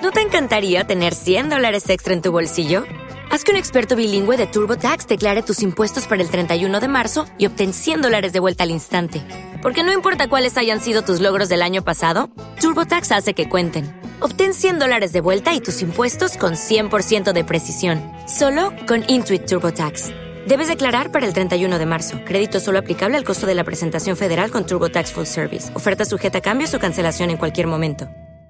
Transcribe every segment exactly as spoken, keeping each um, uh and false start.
¿No te encantaría tener cien dólares extra en tu bolsillo? Haz que un experto bilingüe de TurboTax declare tus impuestos para el treinta y uno de marzo y obtén cien dólares de vuelta al instante. Porque no importa cuáles hayan sido tus logros del año pasado, TurboTax hace que cuenten. Obtén cien dólares de vuelta y tus impuestos con cien por ciento de precisión. Solo con Intuit TurboTax. Debes declarar para el treinta y uno de marzo. Crédito solo aplicable al costo de la presentación federal con TurboTax Full Service. Oferta sujeta a cambios o cancelación en cualquier momento.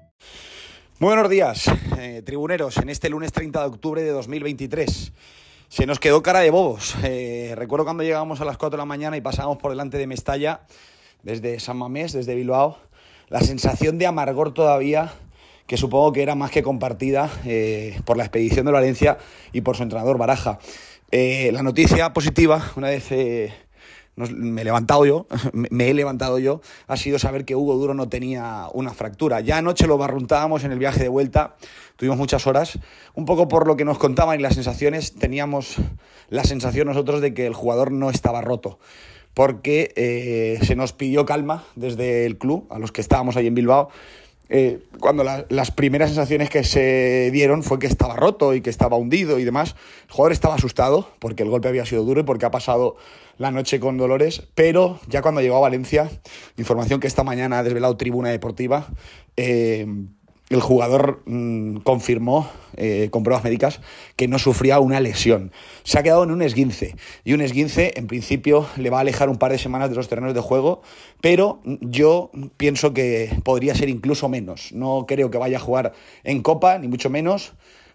Muy buenos días, eh, tribuneros, en este lunes treinta de octubre de dos mil veintitrés. Se nos quedó cara de bobos. Eh, recuerdo cuando llegábamos a las cuatro de la mañana y pasábamos por delante de Mestalla, desde San Mamés, desde Bilbao, la sensación de amargor todavía, que supongo que era más que compartida eh, por la expedición de Valencia y por su entrenador Baraja. Eh, la noticia positiva, una vez... Eh, Nos, me he levantado yo, me he levantado yo, ha sido saber que Hugo Duro no tenía una fractura. Ya anoche lo barruntábamos en el viaje de vuelta, tuvimos muchas horas, un poco por lo que nos contaban y las sensaciones, teníamos la sensación nosotros de que el jugador no estaba roto, porque eh, se nos pidió calma desde el club, a los que estábamos ahí en Bilbao, Eh, cuando la, las primeras sensaciones que se dieron fue que estaba roto y que estaba hundido y demás. El jugador estaba asustado porque el golpe había sido duro y porque ha pasado la noche con dolores, pero ya cuando llegó a Valencia, información que esta mañana ha desvelado Tribuna Deportiva, eh, el jugador mmm, confirmó eh, con pruebas médicas que no sufría una lesión. Se ha quedado en un esguince, y un esguince en principio le va a alejar un par de semanas de los terrenos de juego, pero yo pienso que podría ser incluso menos. No creo que vaya a jugar en Copa, ni mucho menos,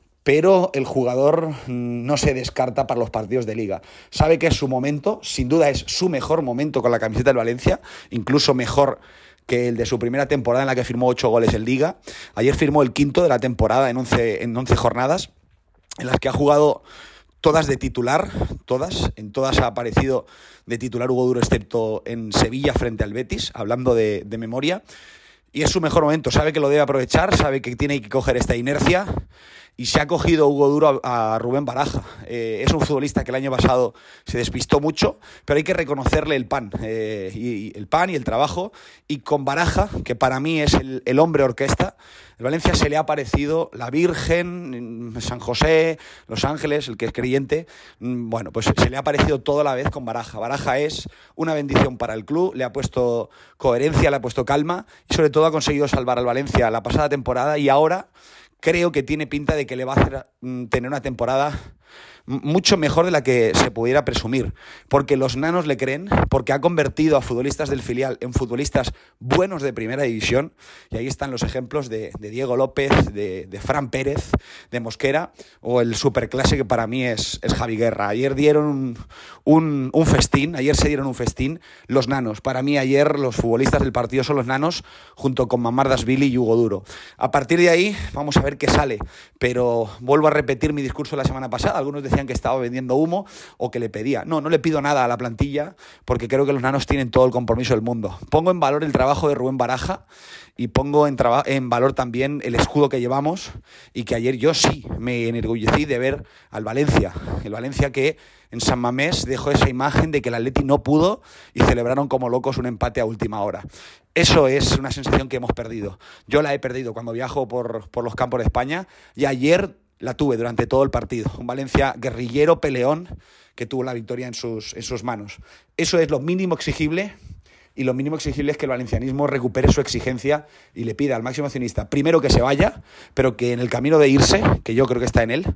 pero el jugador no se descarta para los partidos de Liga. Sabe que es su momento, sin duda es su mejor momento con la camiseta del Valencia, incluso mejor que el de su primera temporada en la que firmó ocho goles en Liga. Ayer firmó el quinto de la temporada en once, en once jornadas, en las que ha jugado todas de titular, todas, en todas ha aparecido de titular Hugo Duro, excepto en Sevilla frente al Betis, hablando de, de memoria, y es su mejor momento, sabe que lo debe aprovechar, sabe que tiene que coger esta inercia, y se ha cogido Hugo Duro a, a Rubén Baraja. Eh, es un futbolista que el año pasado se despistó mucho, pero hay que reconocerle el pan, eh, y, y el pan y el trabajo, y con Baraja, que para mí es el, el hombre orquesta, el Valencia se le ha parecido la Virgen, San José, Los Ángeles, el que es creyente, bueno, pues se le ha parecido todo a la vez con Baraja. Baraja es una bendición para el club, le ha puesto coherencia, le ha puesto calma, y sobre todo ha conseguido salvar al Valencia la pasada temporada, y ahora creo que tiene pinta de que le va a hacer mm, tener una temporada mucho mejor de la que se pudiera presumir, porque los nanos le creen, porque ha convertido a futbolistas del filial en futbolistas buenos de primera división, y ahí están los ejemplos de, de Diego López, de, de Fran Pérez, de Mosquera, o el superclase que para mí es, es Javi Guerra. Ayer dieron un, un, un festín, ayer se dieron un festín los nanos. Para mí ayer los futbolistas del partido son los nanos, junto con Mamardashvili y Hugo Duro. A partir de ahí vamos a ver qué sale, pero vuelvo a repetir mi discurso la semana pasada. Algunos decían que estaba vendiendo humo o que le pedía. No, no le pido nada a la plantilla, porque creo que los nanos tienen todo el compromiso del mundo. Pongo en valor el trabajo de Rubén Baraja y pongo en, traba- en valor también el escudo que llevamos, y que ayer yo sí me enorgullecí de ver al Valencia. El Valencia que en San Mamés dejó esa imagen de que el Atleti no pudo y celebraron como locos un empate a última hora. Eso es una sensación que hemos perdido. Yo la he perdido cuando viajo por, por los campos de España, y ayer la tuve durante todo el partido. Un Valencia guerrillero, peleón, que tuvo la victoria en sus, en sus manos. Eso es lo mínimo exigible, y lo mínimo exigible es que el valencianismo recupere su exigencia y le pida al máximo accionista, primero, que se vaya, pero que en el camino de irse, que yo creo que está en él,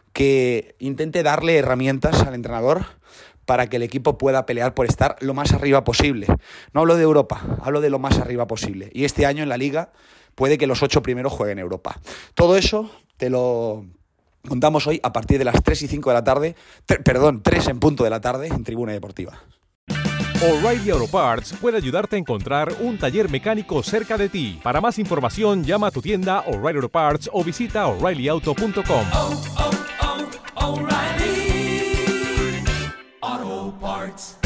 que intente darle herramientas al entrenador para que el equipo pueda pelear por estar lo más arriba posible. No hablo de Europa, hablo de lo más arriba posible. Y este año en la Liga puede que los ocho primeros jueguen Europa. Todo eso te lo contamos hoy a partir de las tres y cinco de la tarde, tre- perdón, tres en punto de la tarde en Tribuna Deportiva. O'Reilly Auto Parts puede ayudarte a encontrar un taller mecánico cerca de ti. Para más información, llama a tu tienda O'Reilly Auto Parts o visita O'Reilly Auto punto com. Oh, oh, oh, O'Reilly Auto Parts.